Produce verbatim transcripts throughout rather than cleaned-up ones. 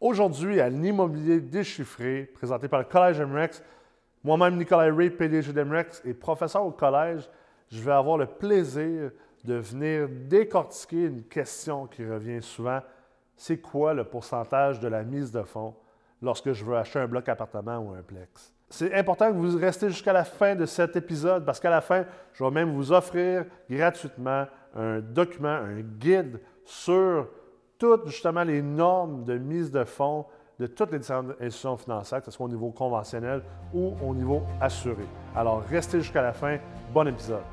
Aujourd'hui, à l'immobilier déchiffré, présenté par le Collège M R E X, moi-même Nicolas Ray, P D G d'M R E X et professeur au collège, je vais avoir le plaisir de venir décortiquer une question qui revient souvent. C'est quoi le pourcentage de la mise de fonds lorsque je veux acheter un bloc appartement ou un plex? C'est important que vous restez jusqu'à la fin de cet épisode parce qu'à la fin, je vais même vous offrir gratuitement un document, un guide sur toutes justement les normes de mise de fonds de toutes les différentes institutions financières, que ce soit au niveau conventionnel ou au niveau assuré. Alors, restez jusqu'à la fin. Bon épisode.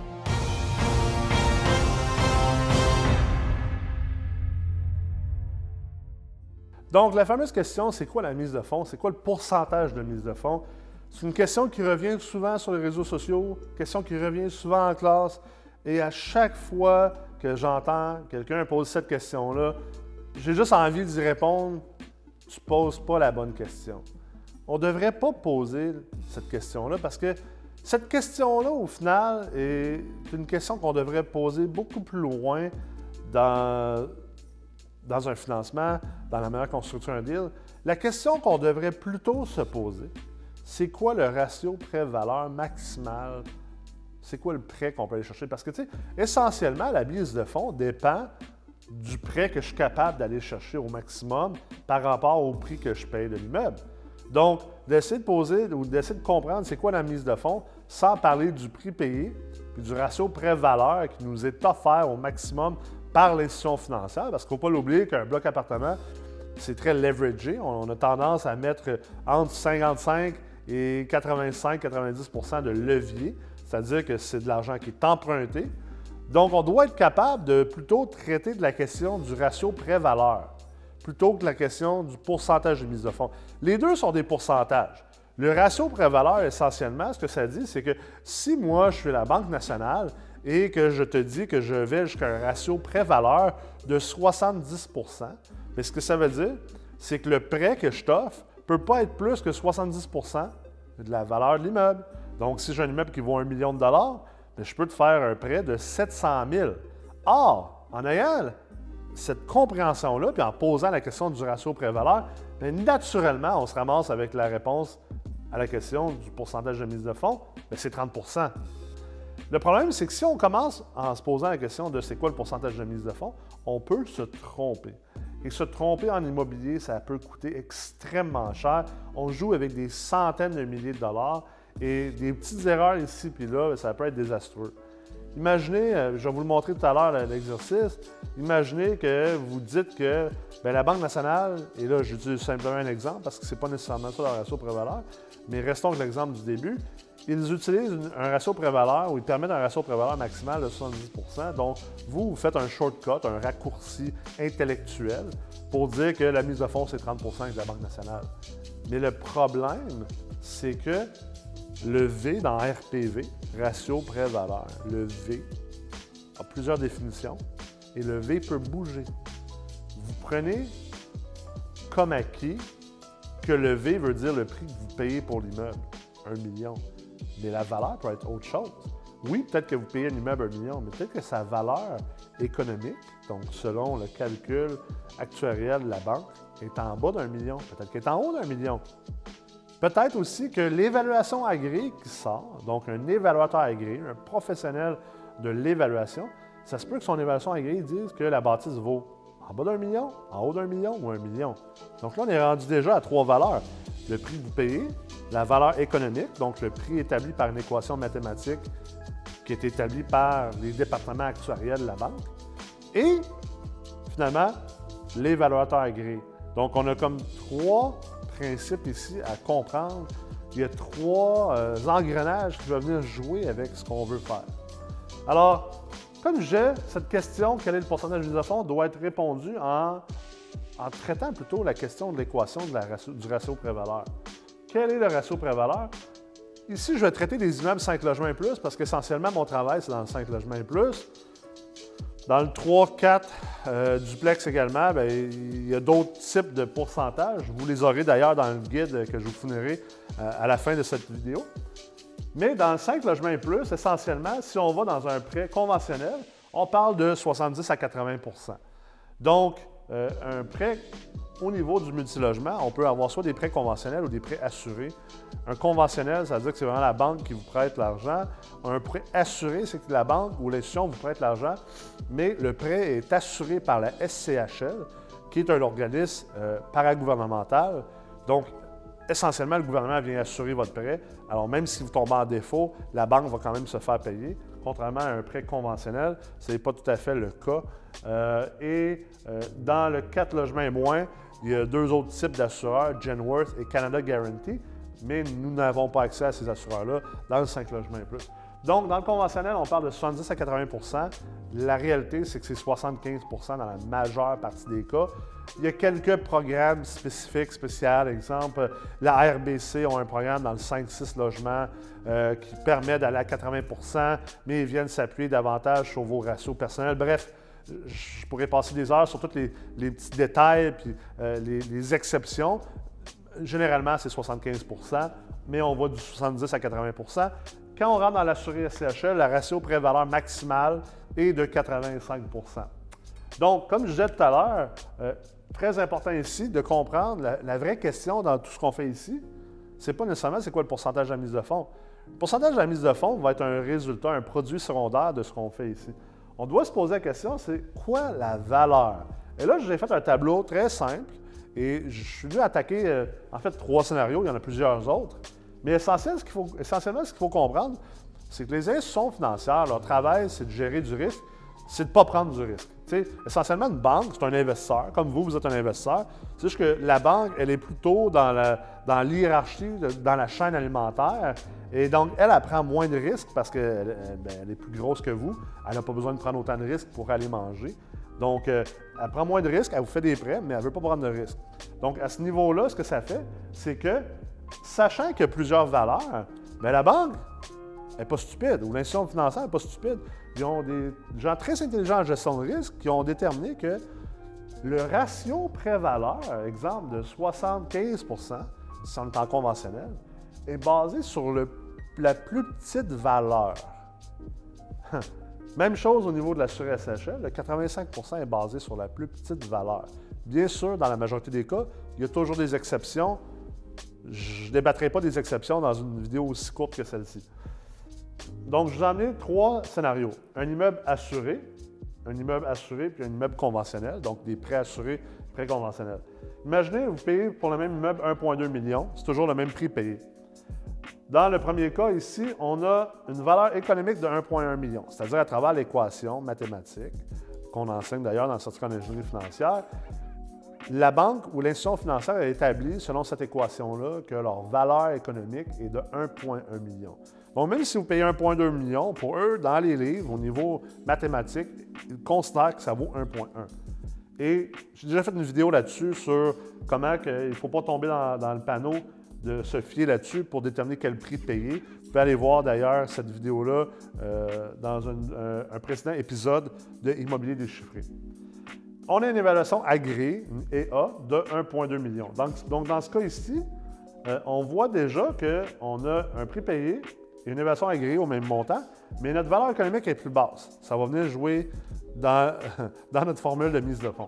Donc, la fameuse question, c'est quoi la mise de fonds? C'est quoi le pourcentage de mise de fonds? C'est une question qui revient souvent sur les réseaux sociaux, une question qui revient souvent en classe. Et à chaque fois que j'entends quelqu'un poser cette question-là, j'ai juste envie d'y répondre, tu ne poses pas la bonne question. On ne devrait pas poser cette question-là parce que cette question-là, au final, est une question qu'on devrait poser beaucoup plus loin dans, dans un financement, dans la manière qu'on structure un deal. La question qu'on devrait plutôt se poser, c'est quoi le ratio prêt-valeur maximal? C'est quoi le prêt qu'on peut aller chercher? Parce que, tu sais, essentiellement, la mise de fonds dépend du prêt que je suis capable d'aller chercher au maximum par rapport au prix que je paye de l'immeuble. Donc, d'essayer de poser ou d'essayer de comprendre c'est quoi la mise de fonds sans parler du prix payé puis du ratio prêt-valeur qui nous est offert au maximum par l'institution financière, parce qu'il ne faut pas l'oublier qu'un bloc appartement, c'est très leveragé. On a tendance à mettre entre cinquante-cinq et quatre-vingt-cinq à quatre-vingt-dix pour cent de levier, c'est-à-dire que c'est de l'argent qui est emprunté. Donc, on doit être capable de plutôt traiter de la question du ratio prêt-valeur plutôt que la question du pourcentage de mise de fonds. Les deux sont des pourcentages. Le ratio prêt-valeur, essentiellement, ce que ça dit, c'est que si moi, je suis la Banque nationale et que je te dis que je vais jusqu'à un ratio prêt-valeur de soixante-dix pour cent, mais ce que ça veut dire, c'est que le prêt que je t'offre ne peut pas être plus que soixante-dix pour cent de la valeur de l'immeuble. Donc, si j'ai un immeuble qui vaut un million de dollars, bien, je peux te faire un prêt de sept cent mille. Or, en ayant cette compréhension-là, puis en posant la question du ratio prêt-valeur, bien, naturellement, on se ramasse avec la réponse à la question du pourcentage de mise de fonds, bien, c'est trente pour cent. Le problème, c'est que si on commence en se posant la question de c'est quoi le pourcentage de mise de fonds, on peut se tromper. Et se tromper en immobilier, ça peut coûter extrêmement cher. On joue avec des centaines de milliers de dollars et des petites erreurs ici et là, ça peut être désastreux. Imaginez, je vais vous le montrer tout à l'heure, l'exercice, imaginez que vous dites que bien, la Banque nationale, et là j'utilise simplement un exemple parce que ce n'est pas nécessairement ça le ratio prêt-valeur, mais restons avec l'exemple du début, ils utilisent une, un ratio prêt-valeur où ils permettent un ratio prêt-valeur maximal de soixante-dix pour cent. Donc, vous, vous faites un shortcut, un raccourci intellectuel pour dire que la mise de fonds, c'est trente pour cent avec la Banque nationale. Mais le problème, c'est que le V dans R P V, ratio prêt-valeur, le V a plusieurs définitions et le V peut bouger. Vous prenez comme acquis que le V veut dire le prix que vous payez pour l'immeuble, un million. Mais la valeur peut être autre chose. Oui, peut-être que vous payez un immeuble un million, mais peut-être que sa valeur économique, donc selon le calcul actuariel de la banque, est en bas d'un million. Peut-être qu'elle est en haut d'un million. Peut-être aussi que l'évaluation agréée qui sort, donc un évaluateur agréé, un professionnel de l'évaluation, ça se peut que son évaluation agréée dise que la bâtisse vaut en bas d'un million, en haut d'un million ou un million. Donc là, on est rendu déjà à trois valeurs. Le prix que vous payez, la valeur économique, donc le prix établi par une équation mathématique qui est établie par les départements actuariels de la banque, et finalement, l'évaluateur agréé. Donc, on a comme trois principes ici à comprendre. Il y a trois euh, engrenages qui vont venir jouer avec ce qu'on veut faire. Alors, comme je disais, cette question, quel est le pourcentage de mise de fonds, doit être répondue en, en traitant plutôt la question de l'équation de la ratio, du ratio prêt-valeur. Quel est le ratio prêt-valeur? Ici, je vais traiter des immeubles cinq logements et plus parce qu'essentiellement, mon travail, c'est dans le cinq logements et plus. Dans le trois quatre euh, duplex également, bien, il y a d'autres types de pourcentages. Vous les aurez d'ailleurs dans le guide que je vous fournirai euh, à la fin de cette vidéo. Mais dans le cinq logements et plus, essentiellement, si on va dans un prêt conventionnel, on parle de soixante-dix à quatre-vingts pour cent. Donc, euh, un prêt au niveau du multilogement, on peut avoir soit des prêts conventionnels ou des prêts assurés. Un conventionnel, ça veut dire que c'est vraiment la banque qui vous prête l'argent. Un prêt assuré, c'est que la banque ou l'institution vous prête l'argent, mais le prêt est assuré par la S C H L, qui est un organisme euh, paragouvernemental. Donc, essentiellement, le gouvernement vient assurer votre prêt. Alors, même si vous tombez en défaut, la banque va quand même se faire payer. Contrairement à un prêt conventionnel, ce n'est pas tout à fait le cas. Euh, et euh, dans le quatre logements et moins, il y a deux autres types d'assureurs, Genworth et Canada Guarantee, mais nous n'avons pas accès à ces assureurs-là dans le cinq logements et plus. Donc, dans le conventionnel, on parle de soixante-dix à quatre-vingts pour cent. La réalité, c'est que c'est soixante-quinze pour cent dans la majeure partie des cas. Il y a quelques programmes spécifiques, spéciaux. Exemple, la R B C ont un programme dans le cinq six logements euh, qui permet d'aller à quatre-vingts pour cent, mais ils viennent s'appuyer davantage sur vos ratios personnels. Bref, je pourrais passer des heures sur tous les, les petits détails et euh, les, les exceptions. Généralement, c'est soixante-quinze pour cent, mais on va du soixante-dix à quatre-vingts pour cent. Quand on rentre dans l'assuré S C H L, la ratio prêt-valeur maximale est de quatre-vingt-cinq pour cent. Donc, comme je disais tout à l'heure, euh, très important ici de comprendre la, la vraie question dans tout ce qu'on fait ici, c'est pas nécessairement c'est quoi le pourcentage de la mise de fonds. Le pourcentage de la mise de fonds va être un résultat, un produit secondaire de ce qu'on fait ici. On doit se poser la question, c'est quoi la valeur? Et là, j'ai fait un tableau très simple et je suis venu attaquer, euh, en fait, trois scénarios, il y en a plusieurs autres. Mais essentiellement, ce qu'il faut, essentiellement, ce qu'il faut comprendre, c'est que les institutions financières, leur travail, c'est de gérer du risque, c'est de ne pas prendre du risque. T'sais, essentiellement, une banque, c'est un investisseur. Comme vous, vous êtes un investisseur. C'est juste que la banque, elle est plutôt dans, la, dans l'hiérarchie, dans la chaîne alimentaire. Et donc, elle, elle prend moins de risques parce qu'elle elle est plus grosse que vous. Elle n'a pas besoin de prendre autant de risques pour aller manger. Donc, euh, elle prend moins de risques, elle vous fait des prêts, mais elle ne veut pas prendre de risques. Donc, à ce niveau-là, ce que ça fait, c'est que, sachant qu'il y a plusieurs valeurs, bien, la banque n'est pas stupide, ou l'institution financière n'est pas stupide. Ils ont des gens très intelligents en gestion de risque qui ont déterminé que le ratio prêt-valeur, exemple de soixante-quinze pour cent, si on est en conventionnel, est basé sur le, la plus petite valeur. Même chose au niveau de l'assuré S H L, le quatre-vingt-cinq pour cent est basé sur la plus petite valeur. Bien sûr, dans la majorité des cas, il y a toujours des exceptions. Je ne débattrai pas des exceptions dans une vidéo aussi courte que celle-ci. Donc, je vous ai amené trois scénarios. Un immeuble assuré, un immeuble assuré puis un immeuble conventionnel, donc des prêts assurés, prêts conventionnels. Imaginez, vous payez pour le même immeuble un virgule deux million, c'est toujours le même prix payé. Dans le premier cas, ici, on a une valeur économique de un virgule un million, c'est-à-dire à travers l'équation mathématique, qu'on enseigne d'ailleurs dans le certificat en ingénierie financière, la banque ou l'institution financière a établi, selon cette équation-là, que leur valeur économique est de un virgule un million. Donc, même si vous payez un virgule deux million, pour eux, dans les livres, au niveau mathématique, ils considèrent que ça vaut un virgule un. Et j'ai déjà fait une vidéo là-dessus sur comment que, il ne faut pas tomber dans, dans le panneau de se fier là-dessus pour déterminer quel prix payer. Vous pouvez aller voir d'ailleurs cette vidéo-là euh, dans un, un, un précédent épisode de Immobilier déchiffré. On a une évaluation agréée, une E A, de un virgule deux million. Donc, donc, dans ce cas ici, euh, on voit déjà qu'on a un prix payé et une évaluation agréée au même montant, mais notre valeur économique est plus basse. Ça va venir jouer dans, dans notre formule de mise de fonds.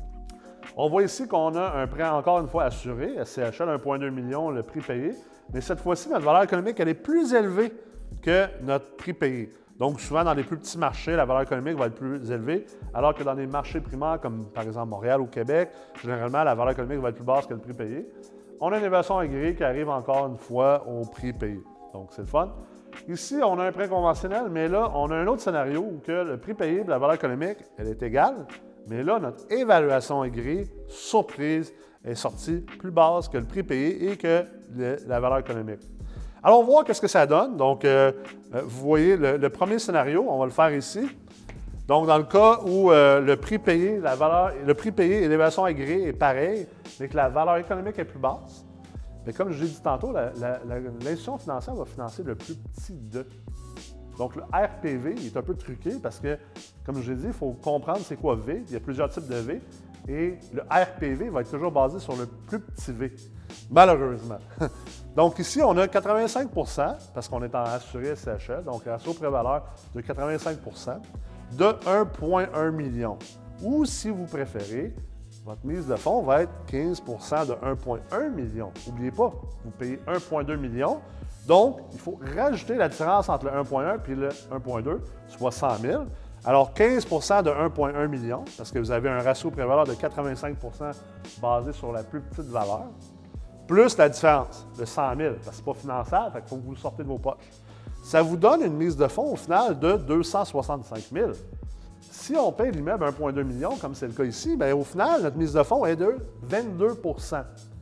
On voit ici qu'on a un prêt encore une fois assuré, S C H L, un virgule deux million, le prix payé, mais cette fois-ci, notre valeur économique, elle est plus élevée que notre prix payé. Donc, souvent, dans les plus petits marchés, la valeur économique va être plus élevée, alors que dans les marchés primaires, comme par exemple Montréal ou Québec, généralement, la valeur économique va être plus basse que le prix payé. On a une évaluation agréée qui arrive encore une fois au prix payé. Donc, c'est le fun. Ici, on a un prêt conventionnel, mais là, on a un autre scénario où que le prix payé et la valeur économique, elle est égale, mais là, notre évaluation agréée, surprise, est sortie plus basse que le prix payé et que le, la valeur économique. Alors, on va voir qu'est-ce que ça donne. Donc, euh, vous voyez le, le premier scénario, on va le faire ici. Donc, dans le cas où euh, le prix payé, la valeur, le prix payé et l'évaluation agréée est pareil, mais que la valeur économique est plus basse, mais comme je l'ai dit tantôt, l'institution financière va financer le plus petit de. Donc, le R P V il est un peu truqué parce que, comme je l'ai dit, il faut comprendre c'est quoi V. Il y a plusieurs types de V. Et le R P V va être toujours basé sur le plus petit V, malheureusement. Donc, ici, on a quatre-vingt-cinq pour cent, parce qu'on est en assuré S C H L, donc ratio prêt-valeur de quatre-vingt-cinq pour cent, de un virgule un million. Ou, si vous préférez, votre mise de fonds va être quinze pour cent de un virgule un million. N'oubliez pas, vous payez un virgule deux million. Donc, il faut rajouter la différence entre le un virgule un et le un virgule deux, soit cent mille. Alors, quinze pour cent de un virgule un million, parce que vous avez un ratio prix-valeur de quatre-vingt-cinq pour cent basé sur la plus petite valeur, plus la différence de cent mille, parce que ce n'est pas finançable, il faut que vous le sortez de vos poches. Ça vous donne une mise de fonds au final de deux cent soixante-cinq mille. Si on paye l'immeuble un virgule deux million, comme c'est le cas ici, bien, au final, notre mise de fonds est de vingt-deux pour cent.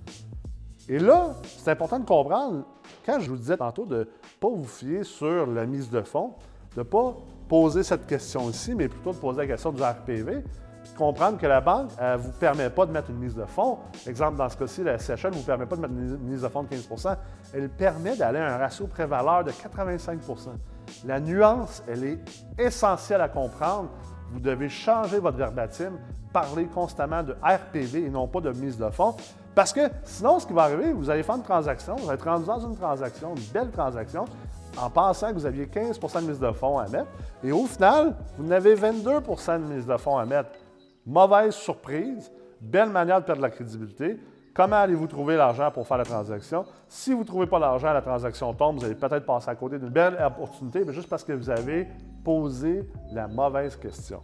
Et là, c'est important de comprendre, quand je vous disais tantôt de ne pas vous fier sur la mise de fonds, de ne pas poser cette question ici, mais plutôt de poser la question du R P V, comprendre que la banque ne vous permet pas de mettre une mise de fonds. Exemple, dans ce cas-ci, la S H L ne vous permet pas de mettre une mise de fonds de quinze pour cent. Elle permet d'aller à un ratio pré-valeur de quatre-vingt-cinq pour cent. La nuance, elle est essentielle à comprendre. Vous devez changer votre verbatim, parler constamment de R P V et non pas de mise de fonds. Parce que sinon, ce qui va arriver, vous allez faire une transaction, vous allez être rendu dans une transaction, une belle transaction, en pensant que vous aviez quinze pour cent de mise de fonds à mettre. Et au final, vous n'avez vingt-deux pour cent de mise de fonds à mettre. Mauvaise surprise, belle manière de perdre la crédibilité. Comment allez-vous trouver l'argent pour faire la transaction? Si vous ne trouvez pas l'argent, la transaction tombe, vous allez peut-être passer à côté d'une belle opportunité, mais juste parce que vous avez posé la mauvaise question.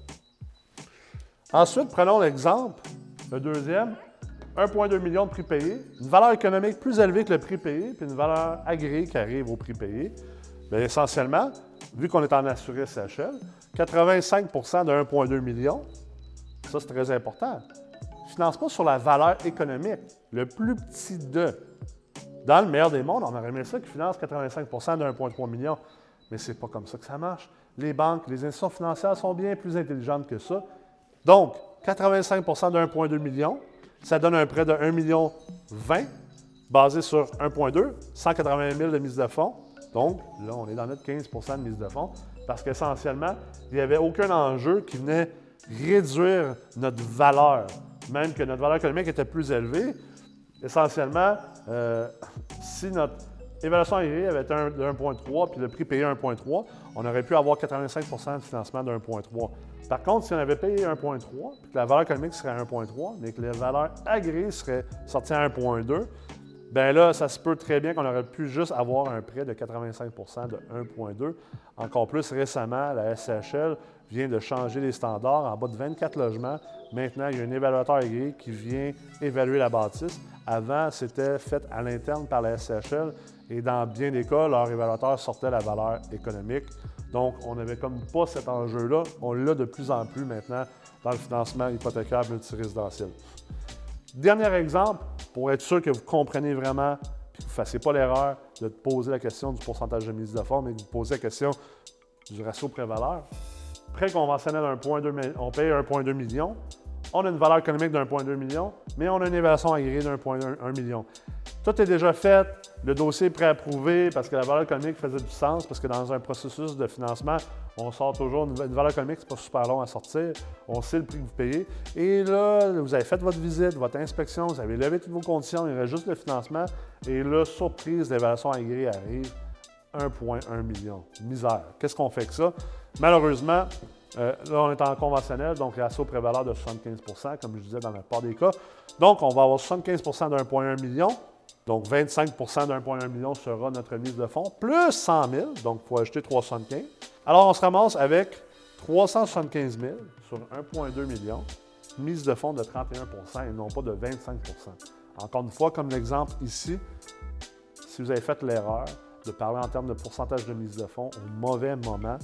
Ensuite, prenons l'exemple, le deuxième, un virgule deux million de prix payé, une valeur économique plus élevée que le prix payé, puis une valeur agréée qui arrive au prix payé. Bien, essentiellement, vu qu'on est en assuré S H L, quatre-vingt-cinq pour cent de un virgule deux million, ça c'est très important. Ne finance pas sur la valeur économique, le plus petit de. Dans le meilleur des mondes, on aurait aimé ça qui finance quatre-vingt-cinq pour cent de un virgule trois million. Mais ce n'est pas comme ça que ça marche. Les banques, les institutions financières sont bien plus intelligentes que ça. Donc, quatre-vingt-cinq pour cent de un virgule deux million, ça donne un prêt de un million vingt, basé sur un virgule deux, cent quatre-vingt mille de mise de fonds. Donc, là, on est dans notre quinze pour cent de mise de fonds, parce qu'essentiellement, il n'y avait aucun enjeu qui venait réduire notre valeur, même que notre valeur économique était plus élevée. Essentiellement, euh, si notre évaluation agréée avait été un virgule trois puis le prix payé un virgule trois, on aurait pu avoir quatre-vingt-cinq pour cent de financement de un virgule trois. Par contre, si on avait payé un virgule trois puis que la valeur économique serait à un virgule trois, mais que la valeur agréée serait sortie à un virgule deux, bien là, ça se peut très bien qu'on aurait pu juste avoir un prêt de quatre-vingt-cinq pour cent de un virgule deux. Encore plus récemment, la S H L vient de changer les standards en bas de vingt-quatre logements. Maintenant, il y a un évaluateur agréé qui vient évaluer la bâtisse. Avant, c'était fait à l'interne par la S H L et dans bien des cas, leur évaluateur sortait la valeur économique. Donc, on n'avait comme pas cet enjeu-là. On l'a de plus en plus maintenant dans le financement hypothécaire multirésidentiel. Dernier exemple, pour être sûr que vous compreniez vraiment et que vous ne fassiez pas l'erreur de poser la question du pourcentage de mise de fonds, mais que vous posez la question du ratio pré-valeur. Prêt conventionnel un virgule deux, on paye un virgule deux million. On a une valeur économique d'un virgule deux million, mais on a une évaluation agréée d'un virgule un million. Tout est déjà fait, le dossier est préapprouvé parce que la valeur économique faisait du sens, parce que dans un processus de financement, on sort toujours une, une valeur économique, c'est pas super long à sortir, on sait le prix que vous payez. Et là, vous avez fait votre visite, votre inspection, vous avez levé toutes vos conditions, il reste juste le financement. Et là, surprise, l'évaluation agréée arrive, un virgule un million. Misère. Qu'est-ce qu'on fait avec ça? Malheureusement, Euh, là, on est en conventionnel, donc ratio pré-valeur de soixante-quinze pour cent, comme je disais dans la plupart des cas. Donc, on va avoir soixante-quinze pour cent d'un virgule un million. Donc, vingt-cinq pour cent d'un virgule un million sera notre mise de fonds, plus cent mille, donc il faut ajouter trois cent soixante-quinze. Alors, on se ramasse avec trois cent soixante-quinze mille sur un virgule deux million, mise de fonds de trente et un pour cent et non pas de vingt-cinq pour cent. Encore une fois, comme l'exemple ici, si vous avez fait l'erreur de parler en termes de pourcentage de mise de fonds au mauvais moment,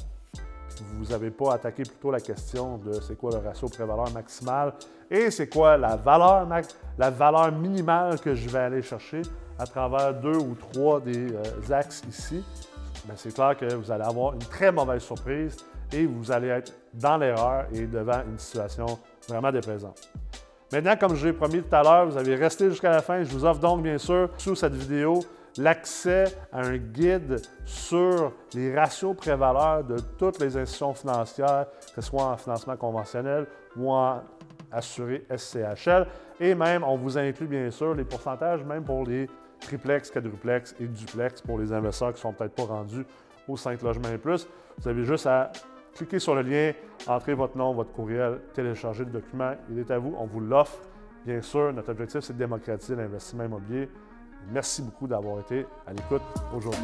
vous n'avez pas attaqué plutôt la question de c'est quoi le ratio pré-valeur maximal et c'est quoi la valeur, la valeur minimale que je vais aller chercher à travers deux ou trois des euh, axes ici, bien, c'est clair que vous allez avoir une très mauvaise surprise et vous allez être dans l'erreur et devant une situation vraiment déplaisante. Maintenant, comme je l'ai promis tout à l'heure, vous avez resté jusqu'à la fin. Je vous offre donc bien sûr sous cette vidéo l'accès à un guide sur les ratios pré-valeur de toutes les institutions financières, que ce soit en financement conventionnel ou en assuré S C H L. Et même, on vous inclut bien sûr les pourcentages, même pour les triplex, quadruplex et duplex pour les investisseurs qui ne sont peut-être pas rendus aux cinq logements et plus. Vous avez juste à cliquer sur le lien, entrer votre nom, votre courriel, télécharger le document. Il est à vous, on vous l'offre Bien sûr, notre objectif, c'est de démocratiser l'investissement immobilier. Merci beaucoup d'avoir été à l'écoute aujourd'hui.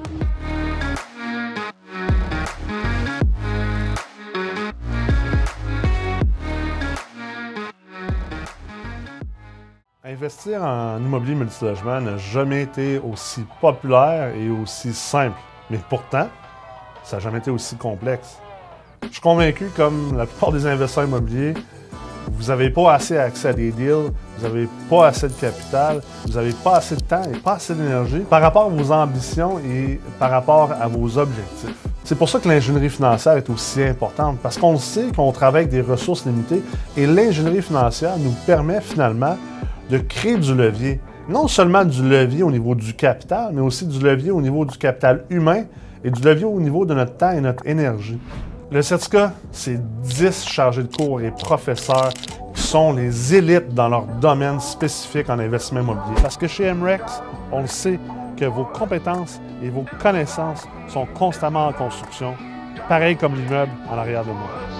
Investir en immobilier multilogement n'a jamais été aussi populaire et aussi simple. Mais pourtant, ça n'a jamais été aussi complexe. Je suis convaincu, comme la plupart des investisseurs immobiliers, vous n'avez pas assez accès à des deals, vous n'avez pas assez de capital, vous n'avez pas assez de temps et pas assez d'énergie par rapport à vos ambitions et par rapport à vos objectifs. C'est pour ça que l'ingénierie financière est aussi importante, parce qu'on sait qu'on travaille avec des ressources limitées et l'ingénierie financière nous permet finalement de créer du levier. Non seulement du levier au niveau du capital, mais aussi du levier au niveau du capital humain et du levier au niveau de notre temps et notre énergie. Le certificat, c'est dix chargés de cours et professeurs qui sont les élites dans leur domaine spécifique en investissement immobilier. Parce que chez M R E X, on le sait que vos compétences et vos connaissances sont constamment en construction, pareil comme l'immeuble en arrière de moi.